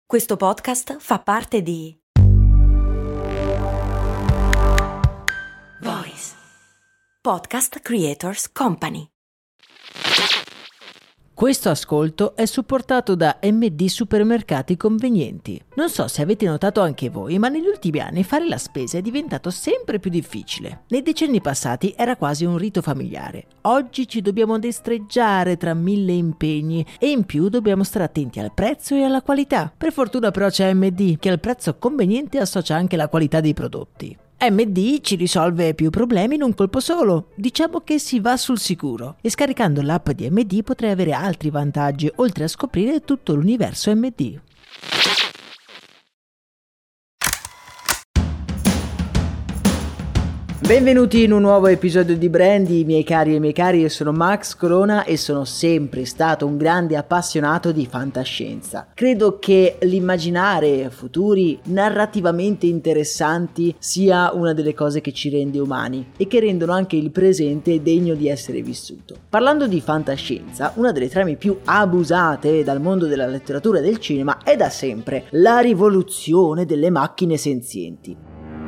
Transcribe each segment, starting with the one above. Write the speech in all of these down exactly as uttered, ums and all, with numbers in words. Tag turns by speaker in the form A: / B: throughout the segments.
A: Questo podcast fa parte di Voice Podcast Creators Company.
B: Questo ascolto è supportato da M D Supermercati Convenienti. Non so se avete notato anche voi, ma negli ultimi anni fare la spesa è diventato sempre più difficile. Nei decenni passati era quasi un rito familiare. Oggi ci dobbiamo destreggiare tra mille impegni e in più dobbiamo stare attenti al prezzo e alla qualità. Per fortuna però c'è M D, che al prezzo conveniente associa anche la qualità dei prodotti. M D ci risolve più problemi in un colpo solo, diciamo che si va sul sicuro, e scaricando l'app di M D potrai avere altri vantaggi oltre a scoprire tutto l'universo M D. Benvenuti in un nuovo episodio di Brandy, miei cari e miei cari, io sono Max Corona e sono sempre stato un grande appassionato di fantascienza. Credo che l'immaginare futuri narrativamente interessanti sia una delle cose che ci rende umani e che rendono anche il presente degno di essere vissuto. Parlando di fantascienza, una delle trame più abusate dal mondo della letteratura e del cinema è da sempre la rivoluzione delle macchine senzienti.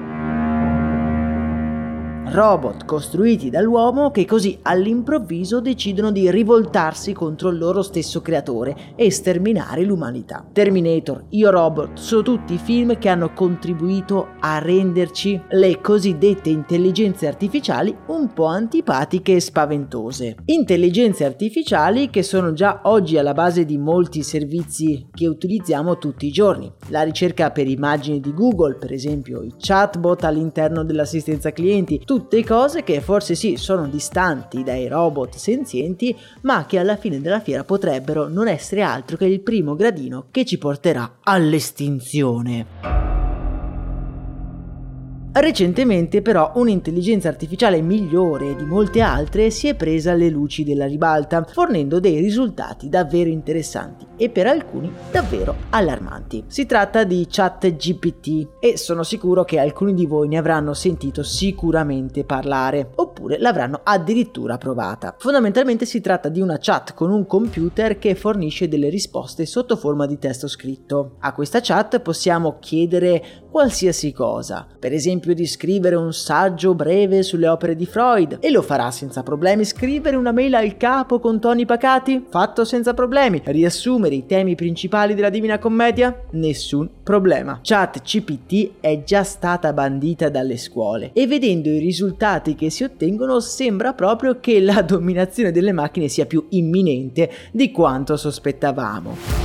B: Robot costruiti dall'uomo che così all'improvviso decidono di rivoltarsi contro il loro stesso creatore e sterminare l'umanità. Terminator, Io Robot sono tutti film che hanno contribuito a renderci le cosiddette intelligenze artificiali un po' antipatiche e spaventose. Intelligenze artificiali che sono già oggi alla base di molti servizi che utilizziamo tutti i giorni. La ricerca per immagini di Google, per esempio i chatbot all'interno dell'assistenza clienti, tutte cose che forse sì sono distanti dai robot senzienti, ma che alla fine della fiera potrebbero non essere altro che il primo gradino che ci porterà all'estinzione. Recentemente però un'intelligenza artificiale migliore di molte altre si è presa le luci della ribalta, fornendo dei risultati davvero interessanti e per alcuni davvero allarmanti. Si tratta di ChatGPT e sono sicuro che alcuni di voi ne avranno sentito sicuramente parlare, oppure l'avranno addirittura provata. Fondamentalmente si tratta di una chat con un computer che fornisce delle risposte sotto forma di testo scritto. A questa chat possiamo chiedere qualsiasi cosa, per esempio di scrivere un saggio breve sulle opere di Freud, e lo farà senza problemi. Scrivere una mail al capo con toni pacati? Fatto senza problemi. Riassumere i temi principali della Divina Commedia? Nessun problema. ChatGPT è già stata bandita dalle scuole e vedendo i risultati che si ottengono sembra proprio che la dominazione delle macchine sia più imminente di quanto sospettavamo.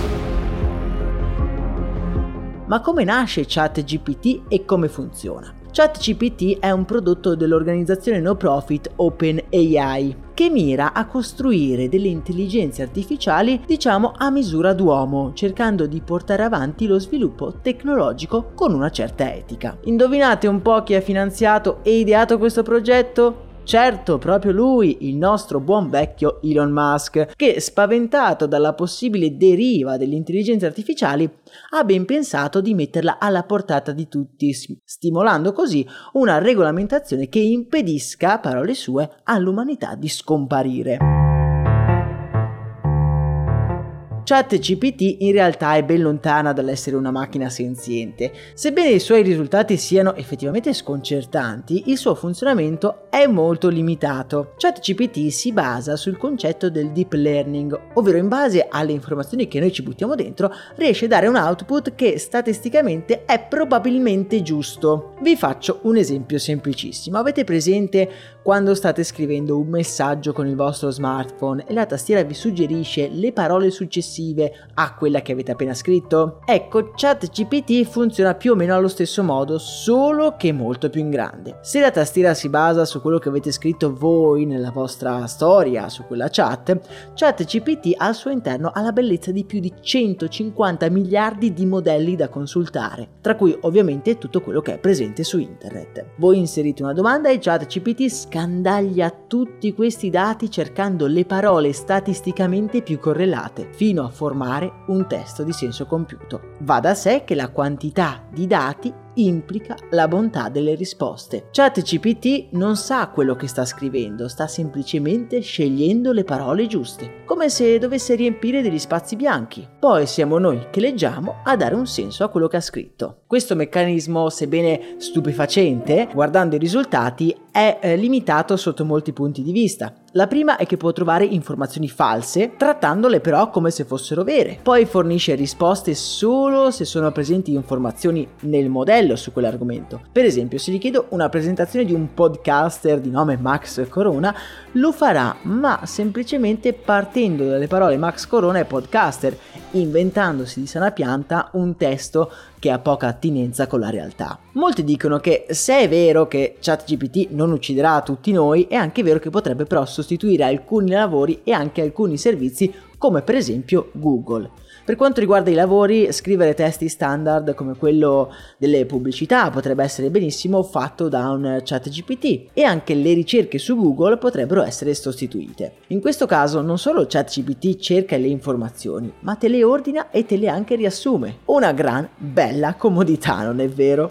B: Ma come nasce ChatGPT e come funziona? ChatGPT è un prodotto dell'organizzazione no profit OpenAI che mira a costruire delle intelligenze artificiali, diciamo, a misura d'uomo, cercando di portare avanti lo sviluppo tecnologico con una certa etica. Indovinate un po' chi ha finanziato e ideato questo progetto? Certo, proprio lui, il nostro buon vecchio Elon Musk, che spaventato dalla possibile deriva delle intelligenze artificiali ha ben pensato di metterla alla portata di tutti, stimolando così una regolamentazione che impedisca, parole sue, all'umanità di scomparire. ChatGPT in realtà è ben lontana dall'essere una macchina senziente. Sebbene i suoi risultati siano effettivamente sconcertanti, il suo funzionamento è molto limitato. ChatGPT si basa sul concetto del deep learning, ovvero in base alle informazioni che noi ci buttiamo dentro, riesce a dare un output che statisticamente è probabilmente giusto. Vi faccio un esempio semplicissimo. Avete presente quando state scrivendo un messaggio con il vostro smartphone e la tastiera vi suggerisce le parole successive a quella che avete appena scritto? Ecco, ChatGPT funziona più o meno allo stesso modo, solo che molto più in grande. Se la tastiera si basa su quello che avete scritto voi nella vostra storia, su quella chat, ChatGPT al suo interno ha la bellezza di più di centocinquanta miliardi di modelli da consultare, tra cui ovviamente tutto quello che è presente su internet. Voi inserite una domanda e ChatGPT scandaglia tutti questi dati cercando le parole statisticamente più correlate, fino a a formare un testo di senso compiuto. Va da sé che la quantità di dati implica la bontà delle risposte. ChatGPT non sa quello che sta scrivendo, sta semplicemente scegliendo le parole giuste, come se dovesse riempire degli spazi bianchi. Poi siamo noi che leggiamo a dare un senso a quello che ha scritto. Questo meccanismo, sebbene stupefacente, guardando i risultati, è eh, limitato sotto molti punti di vista. La prima è che può trovare informazioni false, trattandole però come se fossero vere. Poi fornisce risposte solo se sono presenti informazioni nel modello su quell'argomento. Per esempio, se gli chiedo una presentazione di un podcaster di nome Max Corona, lo farà, ma semplicemente partendo dalle parole Max Corona e podcaster, inventandosi di sana pianta un testo che ha poca attinenza con la realtà. Molti dicono che se è vero che ChatGPT non ucciderà tutti noi, è anche vero che potrebbe però sostituire alcuni lavori e anche alcuni servizi, come per esempio Google. Per quanto riguarda i lavori, scrivere testi standard come quello delle pubblicità potrebbe essere benissimo fatto da un ChatGPT, e anche le ricerche su Google potrebbero essere sostituite. In questo caso non solo ChatGPT cerca le informazioni, ma te le ordina e te le anche riassume. Una gran bella comodità, non è vero?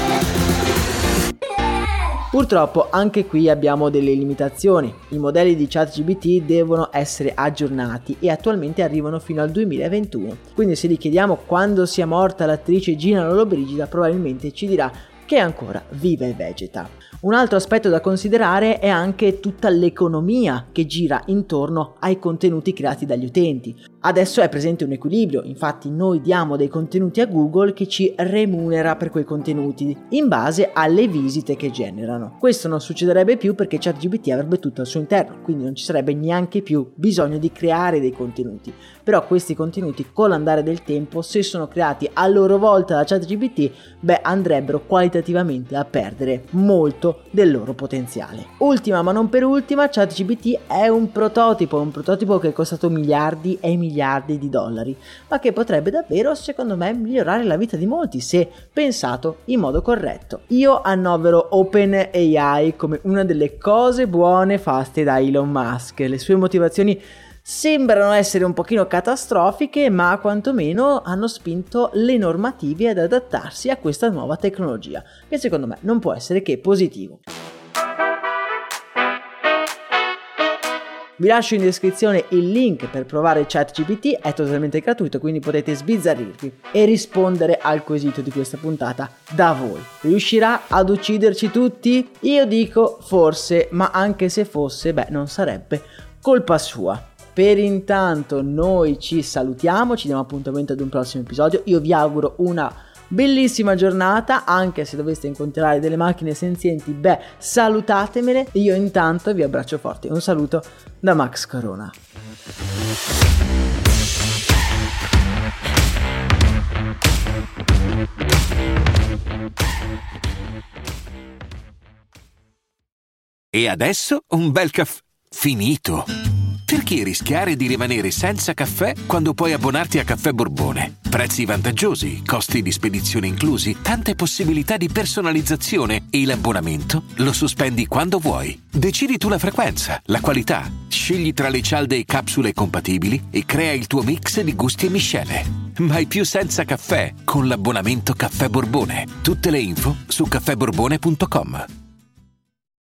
B: Purtroppo anche qui abbiamo delle limitazioni. I modelli di ChatGPT devono essere aggiornati e attualmente arrivano fino al duemilaventuno. Quindi se gli chiediamo quando sia morta l'attrice Gina Lollobrigida, probabilmente ci dirà che è ancora viva e vegeta. Un altro aspetto da considerare è anche tutta l'economia che gira intorno ai contenuti creati dagli utenti. Adesso è presente un equilibrio, infatti noi diamo dei contenuti a Google che ci remunera per quei contenuti in base alle visite che generano. Questo non succederebbe più perché ChatGPT avrebbe tutto al suo interno, quindi non ci sarebbe neanche più bisogno di creare dei contenuti. Però questi contenuti, con l'andare del tempo, se sono creati a loro volta da ChatGPT, beh, andrebbero qualitativamente a perdere molto del loro potenziale. Ultima ma non per ultima, ChatGPT è un prototipo, un prototipo che è costato miliardi e miliardi di dollari, ma che potrebbe davvero, secondo me, migliorare la vita di molti se pensato in modo corretto. Io annovero OpenAI come una delle cose buone fatte da Elon Musk. Le sue motivazioni sembrano essere un pochino catastrofiche, ma quantomeno hanno spinto le normative ad adattarsi a questa nuova tecnologia, che secondo me non può essere che positivo. Vi lascio in descrizione il link per provare ChatGPT, è totalmente gratuito, quindi potete sbizzarrirvi e rispondere al quesito di questa puntata da voi. Riuscirà ad ucciderci tutti? Io dico forse, ma anche se fosse, beh, non sarebbe colpa sua. Per intanto noi ci salutiamo, ci diamo appuntamento ad un prossimo episodio. Io vi auguro una bellissima giornata, anche se doveste incontrare delle macchine senzienti, beh, salutatemele. Io intanto vi abbraccio forte. Un saluto da Max Corona.
C: E adesso un bel caffè finito. Perché rischiare di rimanere senza caffè quando puoi abbonarti a Caffè Borbone? Prezzi vantaggiosi, costi di spedizione inclusi, tante possibilità di personalizzazione e l'abbonamento lo sospendi quando vuoi. Decidi tu la frequenza, la qualità, scegli tra le cialde e capsule compatibili e crea il tuo mix di gusti e miscele. Mai più senza caffè con l'abbonamento Caffè Borbone. Tutte le info su caffè borbone punto com.